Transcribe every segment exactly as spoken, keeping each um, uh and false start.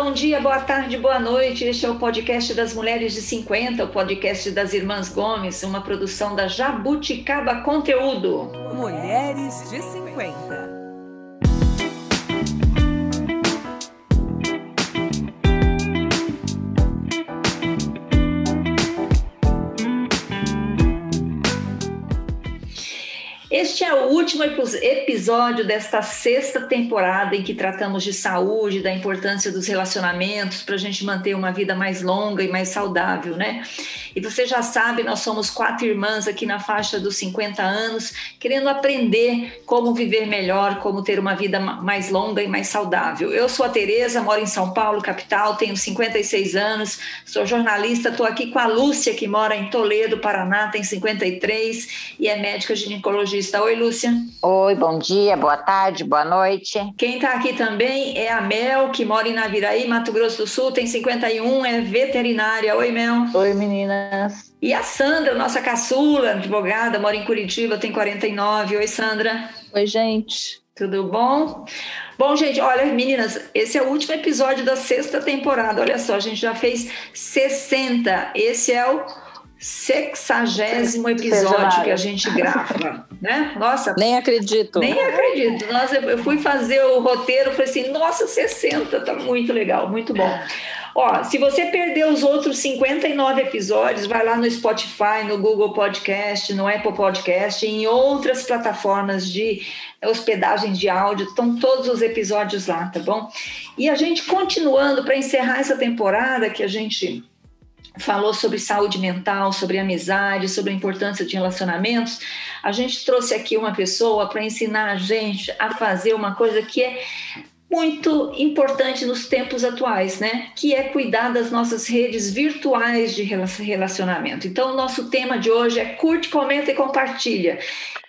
bom dia, boa tarde, boa noite. Este é o podcast das Mulheres de cinquenta, o podcast das Irmãs Gomes, uma produção da Jabuticaba Conteúdo. Mulheres de cinquenta. Este é o último episódio desta sexta temporada em que tratamos de saúde, da importância dos relacionamentos para a gente manter uma vida mais longa e mais saudável, né? E você já sabe, nós somos quatro irmãs aqui na faixa dos cinquenta anos, querendo aprender como viver melhor, como ter uma vida mais longa e mais saudável. Eu sou a Tereza, moro em São Paulo, capital, tenho cinquenta e seis anos, sou jornalista, estou aqui com a Lúcia, que mora em Toledo, Paraná, tem cinquenta e três e é médica ginecologista. Oi, Lúcia. Oi, bom dia, boa tarde, boa noite. Quem está aqui também é a Mel, que mora em Naviraí, Mato Grosso do Sul, tem cinquenta e um, é veterinária. Oi, Mel. Oi, meninas. E a Sandra, nossa caçula, advogada, mora em Curitiba, tem quarenta e nove. Oi, Sandra. Oi, gente. Tudo bom? Bom, gente, olha, meninas, esse é o último episódio da sexta temporada. Olha só, a gente já fez sessenta. Esse é o sexagésimo episódio que a gente grava, né? Nossa, nem acredito. Nem acredito. Nossa, eu fui fazer o roteiro, falei assim, nossa, sessenta, tá muito legal, muito bom. Ó, se você perdeu os outros cinquenta e nove episódios, vai lá no Spotify, no Google Podcast, no Apple Podcast, em outras plataformas de hospedagem de áudio, estão todos os episódios lá, tá bom? E a gente continuando, para encerrar essa temporada que a gente falou sobre saúde mental, sobre amizade, sobre a importância de relacionamentos, a gente trouxe aqui uma pessoa para ensinar a gente a fazer uma coisa que é muito importante nos tempos atuais, né? Que é cuidar das nossas redes virtuais de relacionamento. Então, o nosso tema de hoje é curte, comenta e compartilha.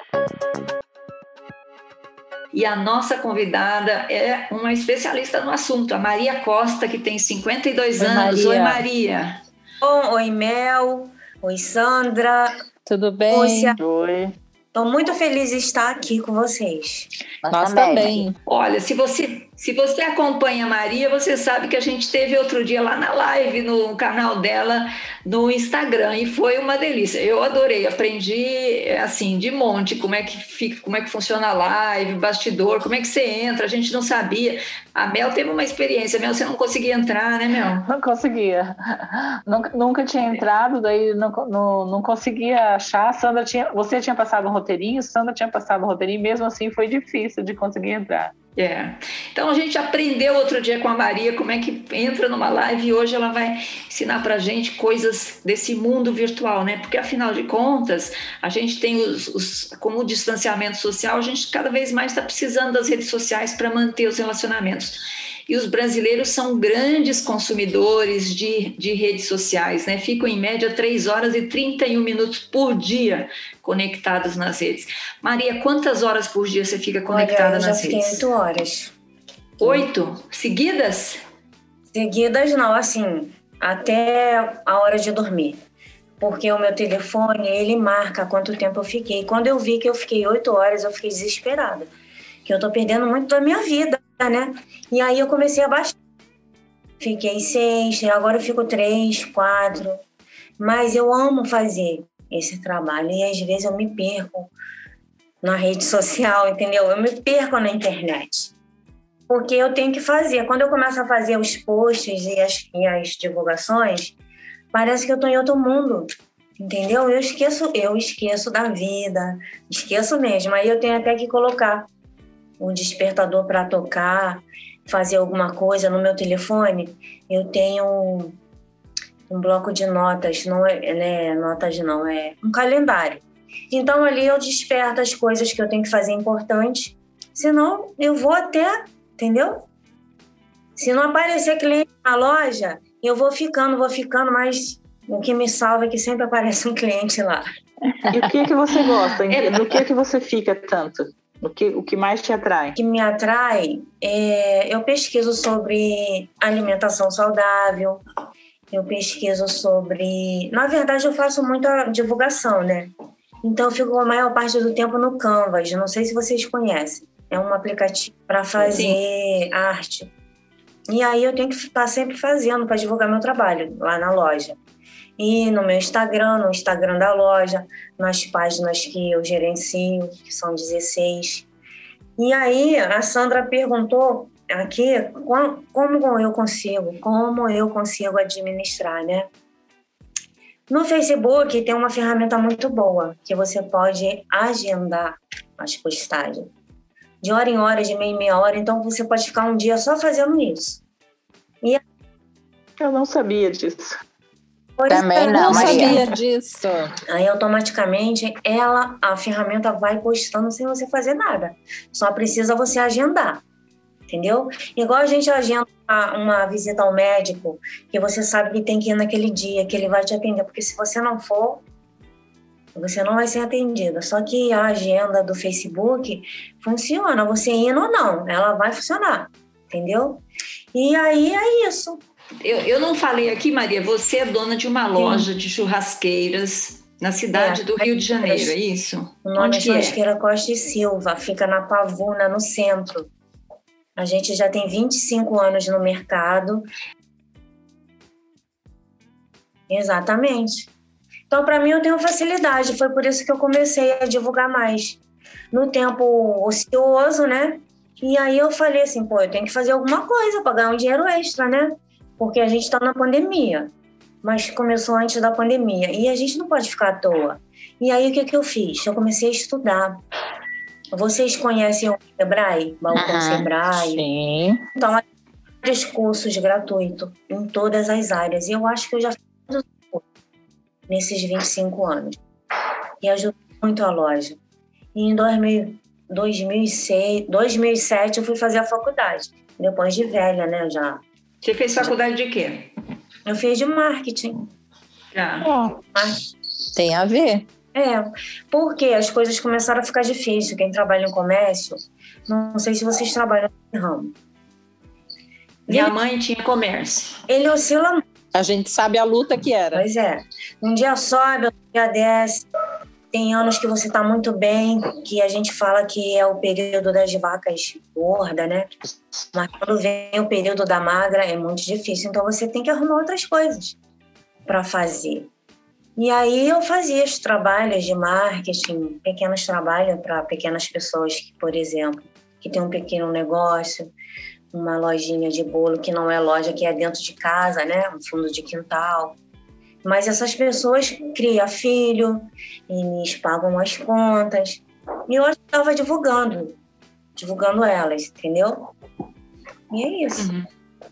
E a nossa convidada é uma especialista no assunto, a Maria Costa, que tem cinquenta e dois anos. Oi, Maria. Bom, oi, Mel. Oi, Sandra. Tudo bem? Lúcia. Oi. Estou muito feliz de estar aqui com vocês. Nós, Nós também. também. Olha, se você, se você acompanha a Maria, você sabe que a gente teve outro dia lá na live, no canal dela, no Instagram, e foi uma delícia. Eu adorei, aprendi, assim, de monte, como é que fica, como é que funciona a live, bastidor, como é que você entra, a gente não sabia. A Mel teve uma experiência, Mel, você não conseguia entrar, né, Mel? Não conseguia. Nunca, nunca tinha entrado, daí não, não, não conseguia achar. Sandra tinha, você tinha passado um roteirinho, Sandra tinha passado um roteirinho, mesmo assim foi difícil de conseguir entrar. É. Então a gente aprendeu outro dia com a Maria como é que entra numa live e hoje ela vai ensinar pra gente coisas desse mundo virtual, né? Porque afinal de contas, a gente tem os, os como o distanciamento social, a gente cada vez mais está precisando das redes sociais para manter os relacionamentos. E os brasileiros são grandes consumidores de, de redes sociais, né? Ficam em média três horas e trinta e um minutos por dia conectados nas redes. Maria, quantas horas por dia você fica conectada Olha, eu nas já fiquei redes? oito horas. Oito? Seguidas? Seguidas não, assim, até a hora de dormir. Porque o meu telefone, ele marca quanto tempo eu fiquei. Quando eu vi que eu fiquei oito horas, eu fiquei desesperada. Que eu tô perdendo muito da minha vida, né? E aí eu comecei a baixar. Fiquei seis, agora eu fico três, quatro. Mas eu amo fazer esse trabalho. E às vezes eu me perco na rede social, entendeu? Eu me perco na internet. Porque eu tenho que fazer. Quando eu começo a fazer os posts e as, e as divulgações, parece que eu tô em outro mundo. Entendeu? Eu esqueço, eu esqueço da vida. Esqueço mesmo. Aí eu tenho até que colocar um despertador para tocar, fazer alguma coisa no meu telefone. Eu tenho um, um bloco de notas, não é, né, notas não, é um calendário. Então ali eu desperto as coisas que eu tenho que fazer importantes, senão eu vou até, entendeu? Se não aparecer cliente na loja, eu vou ficando, vou ficando, mas o que me salva é que sempre aparece um cliente lá. E o que que você gosta? Do que que você fica tanto? O que, o que mais te atrai? O que me atrai é... Eu pesquiso sobre alimentação saudável, eu pesquiso sobre... Na verdade, eu faço muita divulgação, né? Então, eu fico a maior parte do tempo no Canvas. Não sei se vocês conhecem. É um aplicativo para fazer Sim. arte. E aí eu tenho que estar sempre fazendo para divulgar meu trabalho lá na loja. E no meu Instagram, no Instagram da loja, nas páginas que eu gerencio, que são dezesseis. E aí a Sandra perguntou aqui como eu consigo, como eu consigo administrar, né? No Facebook tem uma ferramenta muito boa, que você pode agendar as postagens. De hora em hora, de meia em meia hora, então você pode ficar um dia só fazendo isso. E... Eu não sabia disso. Também não, não Maria. sabia disso. Aí automaticamente ela, a ferramenta vai postando sem você fazer nada. Só precisa você agendar, entendeu? Igual a gente agenda uma, uma visita ao médico, que você sabe que tem que ir naquele dia, que ele vai te atender, porque se você não for, você não vai ser atendida. Só que a agenda do Facebook funciona, você indo ou não, ela vai funcionar, entendeu? E aí é isso. Eu, eu não falei aqui, Maria, você é dona de uma loja Sim. de churrasqueiras na cidade é, do Rio de Janeiro, é isso? O nome Onde é que Churrasqueira Costa e Silva, fica na Pavuna, no centro. A gente já tem vinte e cinco anos no mercado. Exatamente. Então, para mim, eu tenho facilidade. Foi por isso que eu comecei a divulgar mais. No tempo ocioso, né? E aí eu falei assim, pô, eu tenho que fazer alguma coisa para ganhar um dinheiro extra, né? Porque a gente está na pandemia. Mas começou antes da pandemia. E a gente não pode ficar à toa. E aí, o que, que eu fiz? Eu comecei a estudar. Vocês conhecem o Sebrae? Balcão Uhum, Sebrae? Sim. Então, há vários cursos gratuitos em todas as áreas. E eu acho que eu já fiz nesses vinte e cinco anos. E ajudou muito a loja. E em dois mil e seis, dois mil e sete eu fui fazer a faculdade. Depois de velha, né? Já. Você fez faculdade de quê? Eu fiz de marketing. Ah. Mas, tem a ver. É, porque as coisas começaram a ficar difíceis. Quem trabalha em comércio, não sei se vocês trabalham nesse ramo. Minha ele, mãe tinha comércio. Ele oscila muito. A gente sabe a luta que era. Pois é. Um dia sobe, outro dia desce. Tem anos que você está muito bem, que a gente fala que é o período das vacas gordas, né? Mas quando vem o período da magra, é muito difícil. Então, você tem que arrumar outras coisas para fazer. E aí, eu fazia os trabalhos de marketing, pequenos trabalhos para pequenas pessoas, que, por exemplo, que tem um pequeno negócio, uma lojinha de bolo, que não é loja, que é dentro de casa, né? Um fundo de quintal. Mas essas pessoas criam filho, eles pagam as contas. E eu estava divulgando, divulgando elas, entendeu? E é isso. Uhum.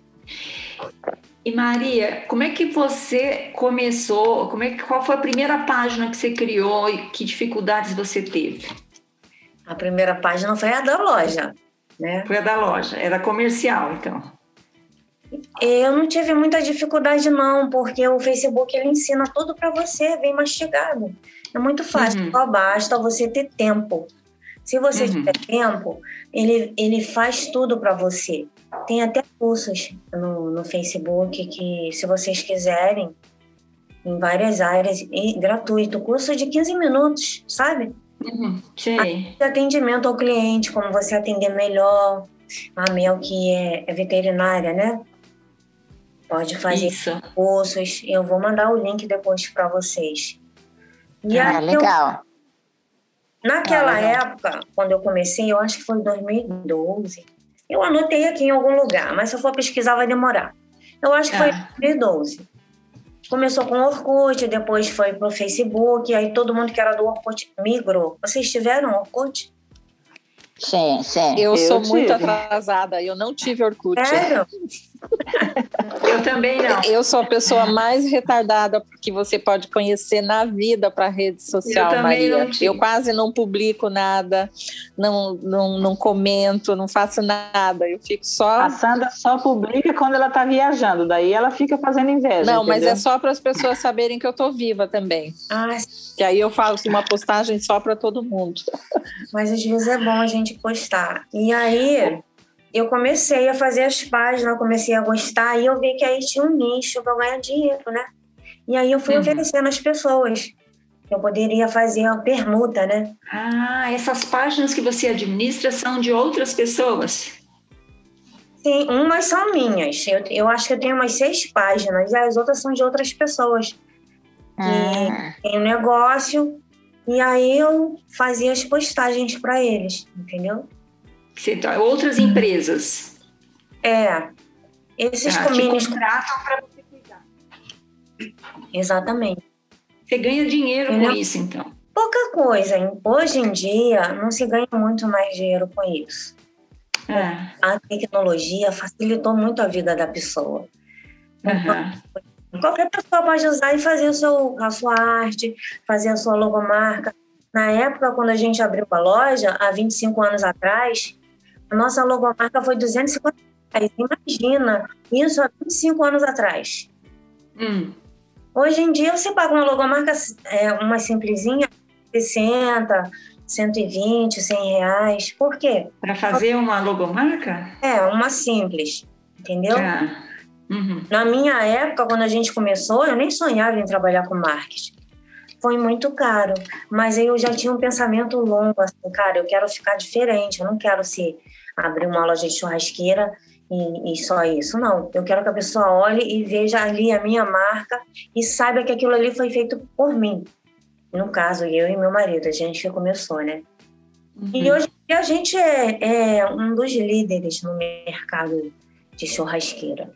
E Maria, como é que você começou? Como é que, qual foi a primeira página que você criou e que dificuldades você teve? A primeira página foi a da loja, né? Foi a da loja, era comercial, então. Eu não tive muita dificuldade, não, porque o Facebook ele ensina tudo para você, bem mastigado. É muito fácil, uhum. Só basta você ter tempo. Se você uhum. tiver tempo, ele, ele faz tudo para você. Tem até cursos no, no Facebook que, se vocês quiserem, em várias áreas, e gratuito, curso de quinze minutos, sabe? Uhum. Sim. Atendimento ao cliente, como você atender melhor. A Mel, que é, é veterinária, né? Pode fazer Isso. cursos. Eu vou mandar o link depois para vocês. E ah, aí, legal. Eu, naquela ah, legal. época, quando eu comecei, eu acho que foi em dois mil e doze. Eu anotei aqui em algum lugar, mas se eu for pesquisar vai demorar. Eu acho que ah. foi em dois mil e doze. Começou com o Orkut, depois foi pro Facebook, aí todo mundo que era do Orkut migrou. Vocês tiveram Orkut? Sim, sim. Eu, eu sou tive. muito atrasada, eu não tive Orkut. Sério? Eu também não. Eu sou a pessoa mais retardada que você pode conhecer na vida para rede social, eu Maria. Eu quase não publico nada, não, não, não comento, não faço nada. Eu fico só... A Sandra só publica quando ela está viajando, daí ela fica fazendo inveja. Não, entendeu? Mas é só para as pessoas saberem que eu tô viva também. Ah, que aí eu faço uma postagem só para todo mundo. Mas às vezes é bom a gente postar. E aí... eu comecei a fazer as páginas, comecei a gostar, e eu vi que aí tinha um nicho para ganhar dinheiro, né? E aí eu fui uhum. oferecendo às pessoas. Eu poderia fazer a permuta, né? Ah, essas páginas que você administra são de outras pessoas? Sim, umas são minhas. Eu, eu acho que eu tenho umas seis páginas, e as outras são de outras pessoas que Ah. têm um negócio, e aí eu fazia as postagens para eles, entendeu? Você tá, outras empresas. É. Esses Ah, convênios. te contratam para você cuidar. Exatamente. Você ganha dinheiro Entendeu? com isso, então. Pouca coisa, hein? Hoje em dia não se ganha muito mais dinheiro com isso. É. A tecnologia facilitou muito a vida da pessoa. Uhum. Qualquer pessoa pode usar e fazer o seu, a sua arte, fazer a sua logomarca. Na época, quando a gente abriu a loja, há vinte e cinco anos atrás, a nossa logomarca foi duzentos e cinquenta reais. Imagina, isso há vinte e cinco anos atrás. Hum. Hoje em dia, você paga uma logomarca, é, uma simplesinha, sessenta, cento e vinte, cem reais. Por quê? Para fazer uma logomarca? É, uma simples, entendeu? Ah. Uhum. Na minha época, quando a gente começou, eu nem sonhava em trabalhar com marketing. Foi muito caro, mas aí eu já tinha um pensamento longo, assim, cara, eu quero ficar diferente, eu não quero se abrir uma loja de churrasqueira e, e só isso, não. Eu quero que a pessoa olhe e veja ali a minha marca e saiba que aquilo ali foi feito por mim. No caso, eu e meu marido, a gente que começou, né? Uhum. E hoje a gente é, é um dos líderes no mercado de churrasqueira.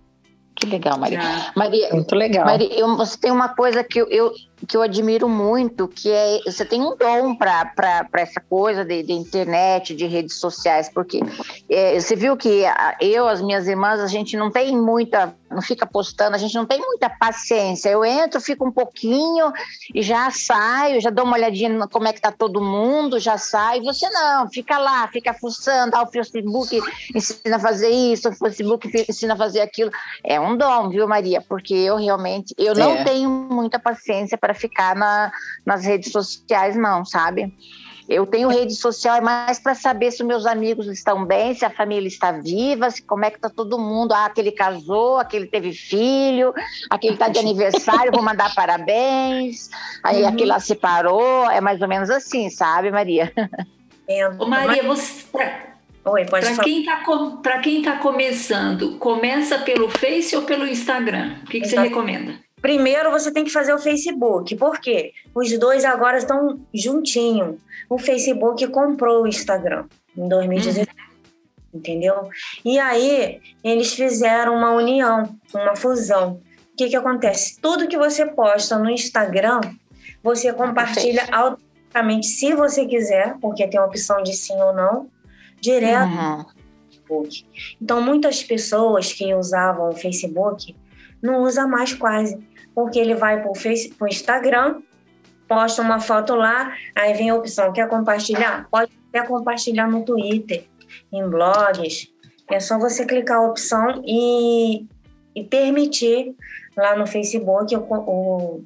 Que legal, Maria. Ah, Maria, muito legal. Maria, eu, você tem uma coisa que eu, eu, que eu admiro muito, que é, você tem um dom para essa coisa de, de internet, de redes sociais, porque é, você viu que eu, as minhas irmãs, a gente não tem muita, não fica postando, a gente não tem muita paciência. Eu entro, fico um pouquinho e já saio, já dou uma olhadinha no como é que tá todo mundo, já saio. Você não, fica lá, fica fuçando, ah, o Facebook ensina a fazer isso, o Facebook ensina a fazer aquilo. É um dom, viu, Maria? Porque eu realmente, eu não É. tenho muita paciência para ficar na, nas redes sociais, não, sabe? Eu tenho rede social é mais para saber se os meus amigos estão bem, se a família está viva, se, como é que está todo mundo. Ah, aquele casou, aquele teve filho, aquele está de aniversário, vou mandar parabéns. Aí Uhum. aquele lá separou, é mais ou menos assim, sabe, Maria? É, Ô, Maria, você... Oi, pode Para falar. quem está para quem tá começando, começa pelo Face ou pelo Instagram? O que, que você Exato. recomenda? Primeiro você tem que fazer o Facebook. Por quê? Os dois agora estão juntinhos. O Facebook comprou o Instagram em dois mil e dezesseis. Uhum. Entendeu? E aí eles fizeram uma união, uma fusão. O que que acontece? Tudo que você posta no Instagram, você compartilha automaticamente, se você quiser, porque tem a opção de sim ou não, direto Uhum. no Facebook. Então, muitas pessoas que usavam o Facebook não usam mais quase, porque ele vai para o Instagram, posta uma foto lá, aí vem a opção, quer compartilhar? Pode até compartilhar no Twitter, em blogs. É só você clicar a opção e, e permitir lá no Facebook o, o,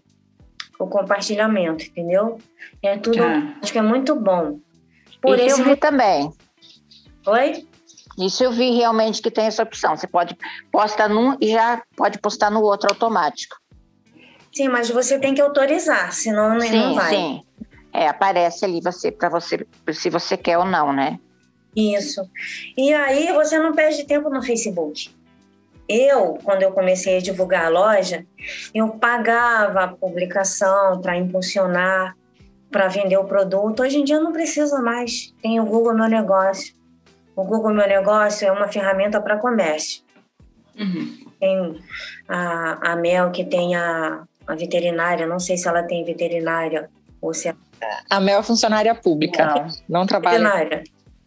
o compartilhamento, entendeu? É tudo, Ah. acho que é muito bom. Por Isso esse eu vi também. Oi? Isso eu vi realmente que tem essa opção. Você pode postar num e já pode postar no outro automático. Sim, mas você tem que autorizar, senão Sim, não vai. sim. É, aparece ali você, para você, se você quer ou não, né? Isso. E aí você não perde tempo no Facebook. Eu, quando eu comecei a divulgar a loja, eu pagava a publicação para impulsionar, para vender o produto. Hoje em dia eu não preciso mais. Tem o Google Meu Negócio. O Google Meu Negócio é uma ferramenta para comércio. Uhum. Tem a, a Mel, que tem a, a veterinária. Não sei se ela tem veterinária ou se é... A Mel é funcionária pública. Não, não trabalha. Veterinária.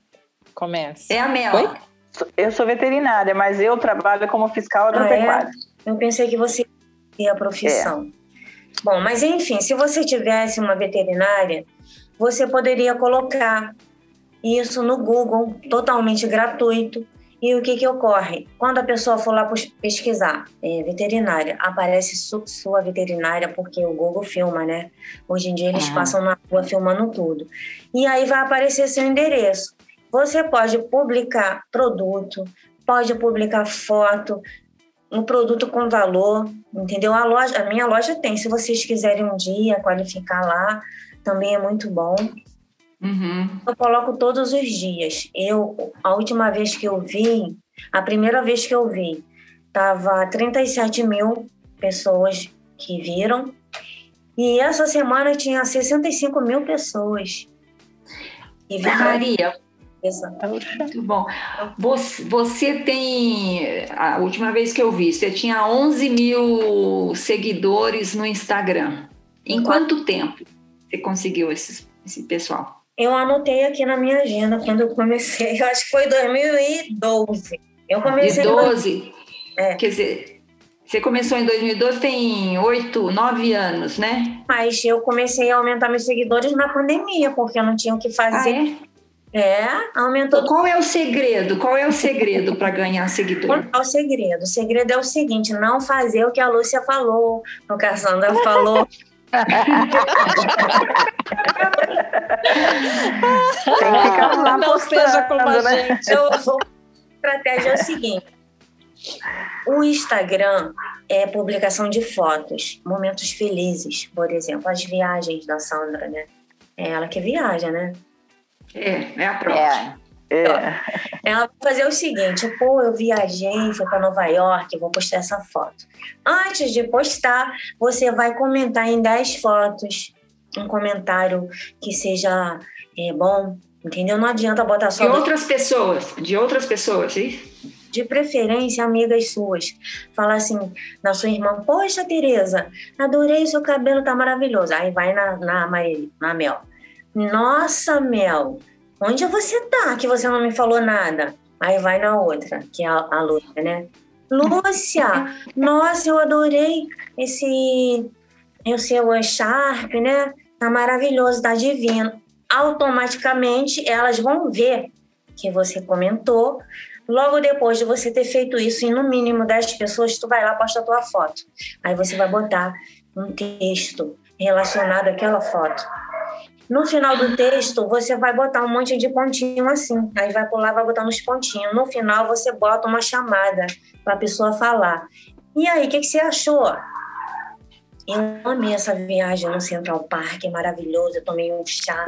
Começa. É a Mel. Oi? Eu sou veterinária, mas eu trabalho como fiscal agropecuário. Ah, é? Eu pensei que você ia a profissão. É. Bom, mas enfim, se você tivesse uma veterinária, você poderia colocar isso no Google, totalmente gratuito. E o que que ocorre? Quando a pessoa for lá pesquisar é, veterinária, aparece su- sua veterinária, porque o Google filma, né? Hoje em dia eles uhum. passam na rua filmando tudo. E aí vai aparecer seu endereço. Você pode publicar produto, pode publicar foto, um produto com valor, entendeu? A, loja, a minha loja tem, se vocês quiserem um dia qualificar lá, também é muito bom. Uhum. Eu coloco todos os dias. Eu, a última vez que eu vi, A primeira vez que eu vi, tava trinta e sete mil pessoas que viram. E essa semana tinha sessenta e cinco mil pessoas. E Maria, muito bom. Você, você tem, a última vez que eu vi, você tinha onze mil seguidores no Instagram. Em quanto tempo você conseguiu esse, esse pessoal? Eu anotei aqui na minha agenda quando eu comecei, eu acho que foi dois mil e doze. Eu comecei de doze? Em... É. Quer dizer, você começou em dois mil e doze, tem oito, nove anos, né? Mas eu comecei a aumentar meus seguidores na pandemia, porque eu não tinha o que fazer. Ah, é? É, aumentou. Qual é o segredo? Qual é o segredo para ganhar seguidor? Qual é o segredo? O segredo é o seguinte, não fazer o que a Lúcia falou, o que a Sandra falou. Tem que ficar lá não postando, seja como a né? gente. Eu, a estratégia é o seguinte, o Instagram é publicação de fotos, momentos felizes, por exemplo, as viagens da Sandra, né? É ela que viaja, né? É, é a prova. É. É. Ela vai fazer o seguinte, pô, eu viajei, fui para Nova York, vou postar essa foto. Antes de postar, você vai comentar em dez fotos, um comentário que seja é, bom, entendeu? Não adianta botar só... De outras pessoas, de outras pessoas, sim? De preferência, amigas suas. Fala assim, na sua irmã, poxa, Tereza, adorei o seu cabelo, tá maravilhoso. Aí vai na, na, Marília, na Mel. Nossa, Mel, onde você tá que você não me falou nada? Aí vai na outra, que é a, a Lúcia, né? Lúcia, nossa, eu adorei esse, o seu Sharp, né? Tá maravilhoso, tá divino. Automaticamente, elas vão ver que você comentou. Logo depois de você ter feito isso, em no mínimo dez pessoas, tu vai lá e posta a tua foto. Aí você vai botar um texto relacionado àquela foto. No final do texto, você vai botar um monte de pontinho assim. Aí vai pular, vai botar nos pontinhos. No final, você bota uma chamada para a pessoa falar. E aí, o que, que você achou? Eu amei essa viagem no Central Park, é maravilhoso. Eu tomei um chá.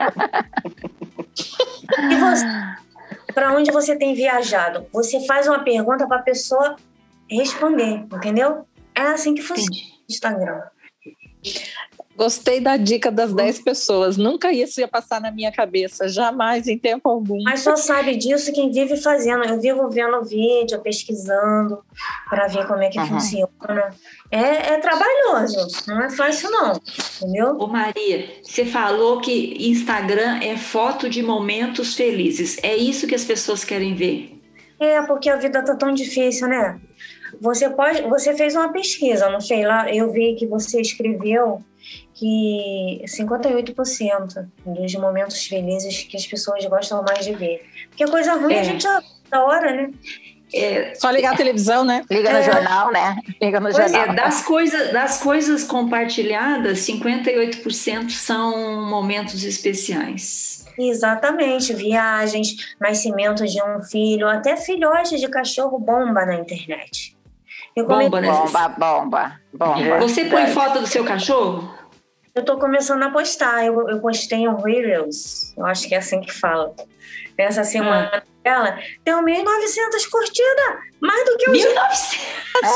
E você, para onde você tem viajado? Você faz uma pergunta para a pessoa responder, entendeu? É assim que funciona o Instagram. Gostei da dica das dez pessoas. Nunca isso ia passar na minha cabeça. Jamais, em tempo algum. Mas só sabe disso quem vive fazendo. Eu vivo vendo vídeo, pesquisando, para ver como é que uhum. funciona. É, é trabalhoso. Não é fácil, não. Entendeu? Ô Maria, você falou que Instagram é foto de momentos felizes. É isso que as pessoas querem ver? É, porque a vida tá tão difícil, né? Você, pode, você fez uma pesquisa, não sei lá, eu vi que você escreveu que cinquenta e oito por cento dos momentos felizes que as pessoas gostam mais de ver. Porque coisa ruim é. a gente já da hora, né? É, só ligar a televisão, né? Liga no é. jornal, né? Liga no jornal. É, das, coisa, das coisas compartilhadas, cinquenta e oito por cento são momentos especiais. Exatamente, viagens, nascimento de um filho, até filhote de cachorro bomba na internet. Eu bomba, né? Bomba, bomba, bomba. Você põe foto do seu cachorro? Eu tô começando a postar, eu, eu postei um Reels, eu acho que é assim que fala. Essa semana ah. dela, tem mil e novecentas curtidas, mais do que os... mil e novecentas!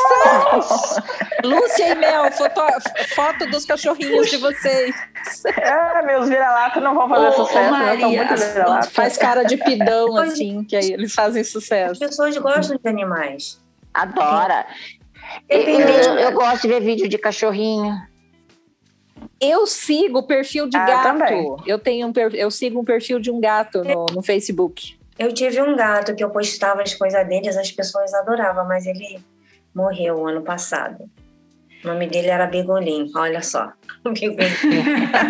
Lúcia e Mel, foto, foto dos cachorrinhos de vocês. Ah, meus vira-lata não vão fazer ô, sucesso, ô Maria, né? Faz cara de pidão, assim, que aí eles fazem sucesso. As pessoas gostam de animais. Adora. Eu, eu, eu gosto de ver vídeo de cachorrinho. Eu sigo o perfil de ah, gato. Também. Eu tenho um eu sigo um perfil de um gato no, no Facebook. Eu tive um gato que eu postava as coisas deles, as pessoas adoravam, mas ele morreu ano passado. O nome dele era Bigolim, olha só. Bigolim.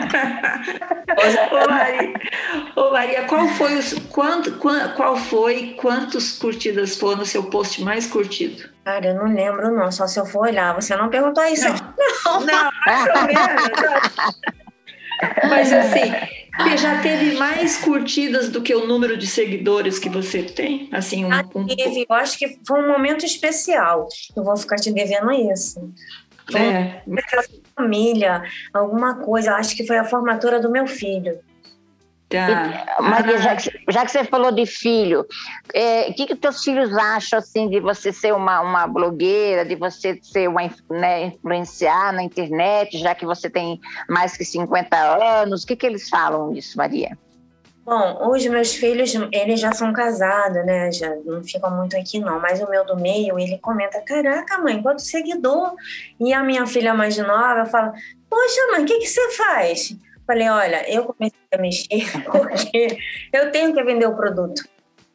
Ô, Maria, ô Maria, qual foi os, quanto, qual foi, quantas curtidas foram no seu post mais curtido? Cara, eu não lembro não, só se eu for olhar. Você não perguntou isso? Não, não, não mais ou menos. Mas assim, você já teve mais curtidas do que o número de seguidores que você tem? Assim, um, ah, teve. Um... Eu acho que foi um momento especial. Eu vou ficar te devendo isso. É. Uma família, alguma coisa. Acho que foi a formatura do meu filho. Tá. E, Maria, ah. já, que, já que você falou de filho, é, o que que teus filhos acham, assim, de você ser uma, uma blogueira, de você ser uma, né, influenciar na internet, já que você tem mais que cinquenta anos? O que que eles falam disso, Maria? Bom, os meus filhos, eles já são casados, né? Já não ficam muito aqui, não. Mas o meu do meio, ele comenta, caraca, mãe, quanto seguidor. E a minha filha mais nova fala, poxa, mãe, o que que você faz? Falei, olha, eu comecei a mexer porque eu tenho que vender o produto.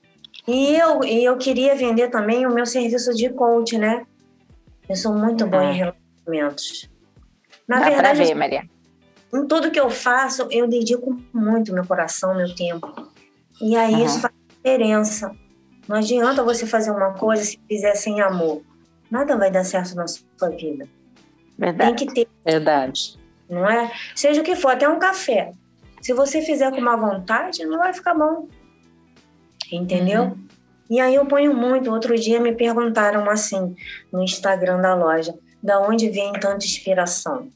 E eu, e eu queria vender também o meu serviço de coach, né? Eu sou muito boa em relacionamentos. Na Dá verdade, pra ver, Maria. Em tudo que eu faço, eu dedico muito meu coração, meu tempo. E aí uhum. isso faz diferença. Não adianta você fazer uma coisa se fizer sem amor. Nada vai dar certo na sua vida. Verdade. Tem que ter. Verdade. Não é? Seja o que for, até um café. Se você fizer com uma vontade, não vai ficar bom. Entendeu? Uhum. E aí eu ponho muito. Outro dia me perguntaram assim, no Instagram da loja, da onde vem tanta inspiração?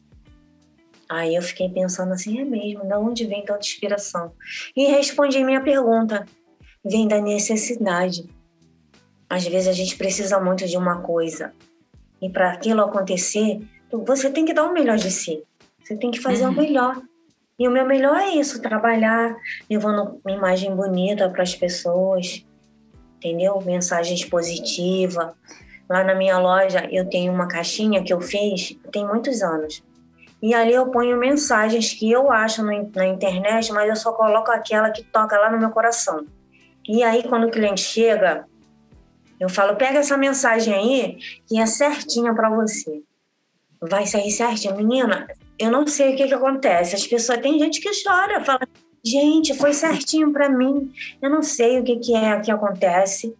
Aí eu fiquei pensando assim, é mesmo, da onde vem tanta inspiração? E respondi minha pergunta, vem da necessidade. Às vezes a gente precisa muito de uma coisa. E para aquilo acontecer, você tem que dar o melhor de si. Você tem que fazer uhum. o melhor. E o meu melhor é isso, trabalhar, levando uma imagem bonita para as pessoas, entendeu? Mensagens positivas. Lá na minha loja eu tenho uma caixinha que eu fiz, tem muitos anos. E ali eu ponho mensagens que eu acho na internet, mas eu só coloco aquela que toca lá no meu coração. E aí quando o cliente chega, eu falo, pega essa mensagem aí, que é certinha para você. Vai sair certinho. Menina, eu não sei o que que acontece. As pessoas, tem gente que chora, fala, gente, foi certinho para mim. Eu não sei o que que é que acontece.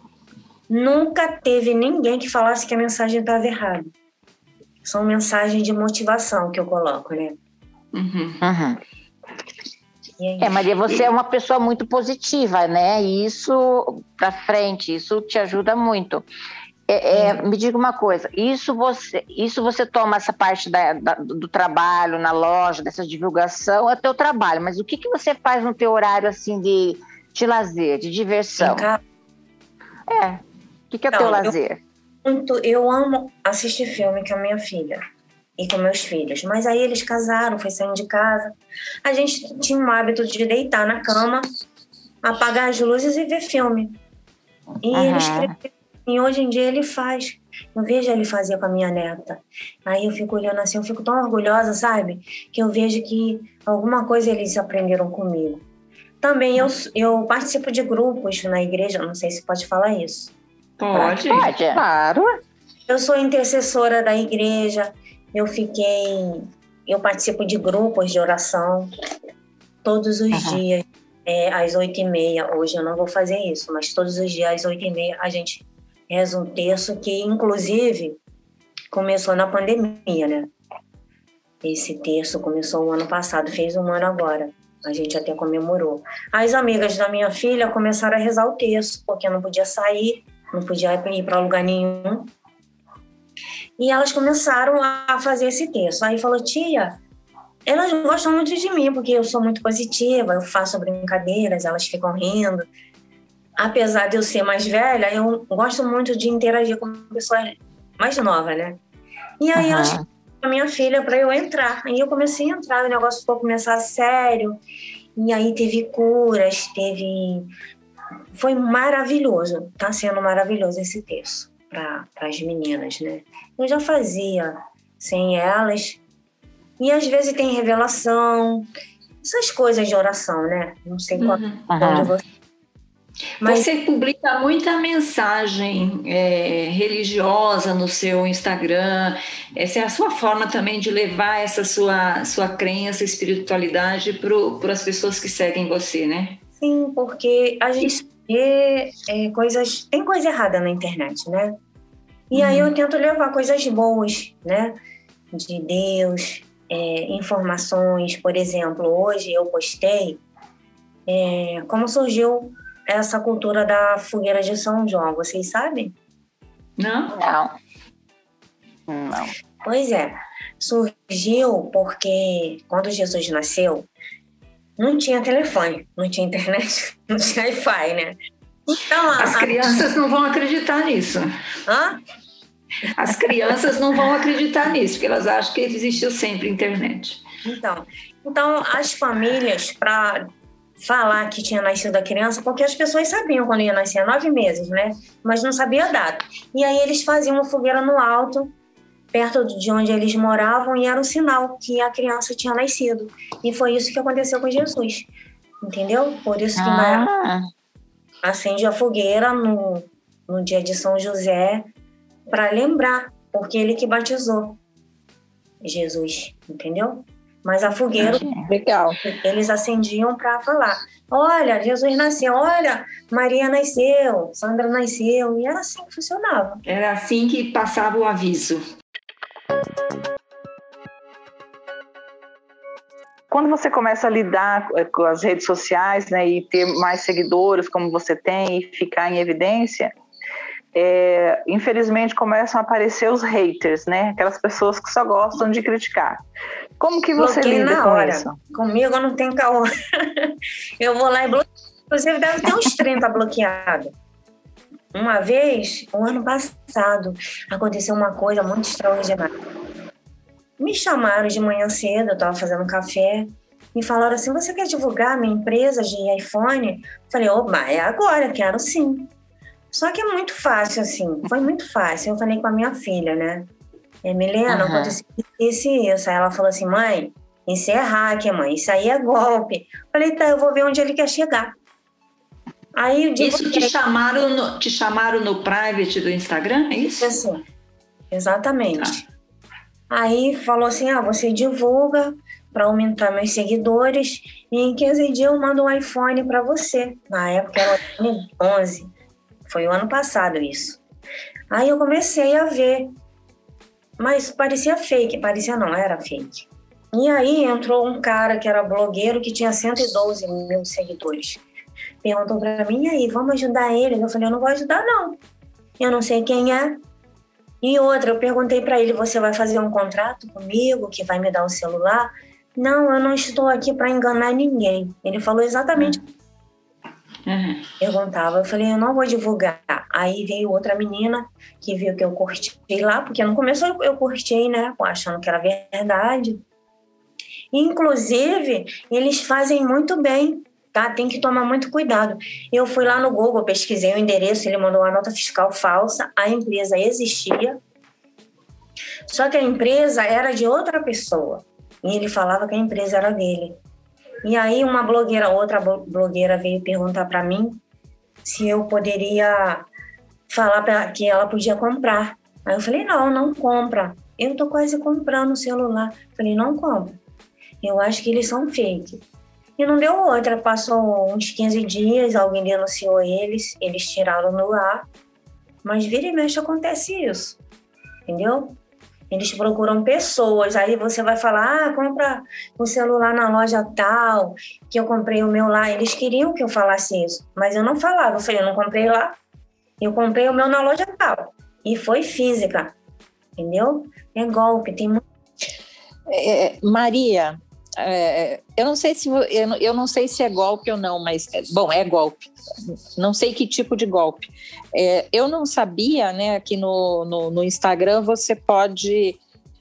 Nunca teve ninguém que falasse que a mensagem estava errada. São mensagens de motivação que eu coloco, né? Uhum. Uhum. É, Maria, você é uma pessoa muito positiva, né? E isso para frente, isso te ajuda muito. É, é, me diga uma coisa, isso você, isso você toma essa parte da, da, do trabalho na loja, dessa divulgação, é teu trabalho, mas o que, que você faz no teu horário assim de, de lazer, de diversão? É, o que, que é Não, teu lazer? Eu, muito, eu amo assistir filme com a minha filha e com meus filhos, mas aí eles casaram, foi saindo de casa, a gente tinha um hábito de deitar na cama, apagar as luzes e ver filme. E uhum. eles E hoje em dia ele faz. Eu vejo ele fazer com a minha neta. Aí eu fico olhando assim, eu fico tão orgulhosa, sabe? Que eu vejo que alguma coisa eles aprenderam comigo. Também eu, eu participo de grupos na igreja, não sei se pode falar isso. Pode. Pode, claro. Eu sou intercessora da igreja, eu fiquei... Eu participo de grupos de oração todos os uhum. dias, é, às oito e meia. Hoje eu não vou fazer isso, mas todos os dias às oito e meia a gente... reza um terço que, inclusive, começou na pandemia, né? Esse terço começou o ano passado, fez um ano agora. A gente até comemorou. As amigas da minha filha começaram a rezar o terço, porque não podia sair, não podia ir para lugar nenhum. E elas começaram a fazer esse terço. Aí falou, tia, elas gostam muito de mim, porque eu sou muito positiva, eu faço brincadeiras, elas ficam rindo. Apesar de eu ser mais velha, eu gosto muito de interagir com pessoas mais novas, né? E aí uhum. elas chamaram a minha filha para eu entrar. Aí eu comecei a entrar, o negócio foi começar sério. E aí teve curas, teve... Foi maravilhoso, tá sendo maravilhoso esse terço para as meninas, né? Eu já fazia sem elas. E às vezes tem revelação, essas coisas de oração, né? Não sei qual, uhum. onde você... Mas você publica muita mensagem é, religiosa no seu Instagram. Essa é a sua forma também de levar essa sua, sua crença, espiritualidade para as pessoas que seguem você, né? Sim, porque a gente vê é, coisas... Tem coisa errada na internet, né? E uhum. aí eu tento levar coisas boas, né? De Deus, é, informações. Por exemplo, hoje eu postei é, como surgiu... essa cultura da fogueira de São João, vocês sabem? Não. Não. Não. Pois é, surgiu porque quando Jesus nasceu, não tinha telefone, não tinha internet, não tinha Wi-Fi, né? Então, As a... crianças não vão acreditar nisso. Hã? As crianças não vão acreditar nisso, porque elas acham que existiu sempre internet. Então, então as famílias, para falar que tinha nascido a criança, porque as pessoas sabiam quando ia nascer, nove meses, né? Mas não sabia a data. E aí eles faziam uma fogueira no alto, perto de onde eles moravam, e era um sinal que a criança tinha nascido. E foi isso que aconteceu com Jesus, entendeu? Por isso que ah. acende a fogueira no, no dia de São José, para lembrar, porque ele que batizou Jesus, entendeu? Mas a fogueira, legal, eles acendiam para falar, olha, Jesus nasceu, olha, Maria nasceu, Sandra nasceu, e era assim que funcionava. Era assim que passava o aviso. Quando você começa a lidar com as redes sociais, né, e ter mais seguidores como você tem e ficar em evidência, é, infelizmente começam a aparecer os haters, né, aquelas pessoas que só gostam de criticar. Como que você bloqueio lida na com hora. isso? Comigo não tem caô. Eu vou lá e bloqueio. Inclusive deve ter uns trinta bloqueados. Uma vez, o um ano passado, aconteceu uma coisa muito extraordinária. Me chamaram de manhã cedo, eu estava fazendo café, me falaram assim, você quer divulgar minha empresa de iPhone? Falei, opa, é agora, quero sim. Só que é muito fácil, assim, foi muito fácil. Eu falei com a minha filha, né? É, Milena, uhum. aconteceu isso e isso. Aí ela falou assim, mãe, isso é hacker, mãe, isso aí é golpe. Falei, tá, eu vou ver onde ele quer chegar. Aí eu digo, isso te chamaram, no, te chamaram no private do Instagram, é isso? Assim, exatamente. Tá. Aí falou assim, ah, você divulga para aumentar meus seguidores e em quinze dias eu mando um iPhone para você. Na época era o iPhone onze. Foi o ano passado isso. Aí eu comecei a ver. Mas parecia fake, parecia não, era fake. E aí entrou um cara que era blogueiro que tinha cento e doze mil seguidores. Perguntou pra mim, e aí, vamos ajudar ele? Eu falei, eu não vou ajudar não. Eu não sei quem é. E outra, eu perguntei pra ele, você vai fazer um contrato comigo, que vai me dar um celular? Não, eu não estou aqui pra enganar ninguém. Ele falou exatamente. Uhum. Perguntava, eu falei, eu não vou divulgar. Aí veio outra menina que viu que eu curti lá, porque no começo eu, eu curti, né, achando que era verdade. Inclusive, eles fazem muito bem, tá? Tem que tomar muito cuidado. Eu fui lá no Google, pesquisei o endereço, ele mandou uma nota fiscal falsa, a empresa existia, só que a empresa era de outra pessoa, e ele falava que a empresa era dele. E aí uma blogueira, outra blogueira veio perguntar para mim se eu poderia falar pra, que ela podia comprar. Aí eu falei, não, não compra. Eu tô quase comprando o celular. Falei, não compra. Eu acho que eles são fake. E não deu outra. Passou uns quinze dias, alguém denunciou eles, eles tiraram no ar. Mas vira e mexe acontece isso. Entendeu? Eles procuram pessoas, aí você vai falar, ah, compra o celular na loja tal, que eu comprei o meu lá. Eles queriam que eu falasse isso, mas eu não falava. Eu falei, eu não comprei lá, eu comprei o meu na loja tal. E foi física, entendeu? É golpe, tem muito... É, Maria, é, eu não sei se eu não, eu não sei se é golpe ou não, mas bom, é golpe. Não sei que tipo de golpe. É, eu não sabia, né, que no, no, no Instagram você pode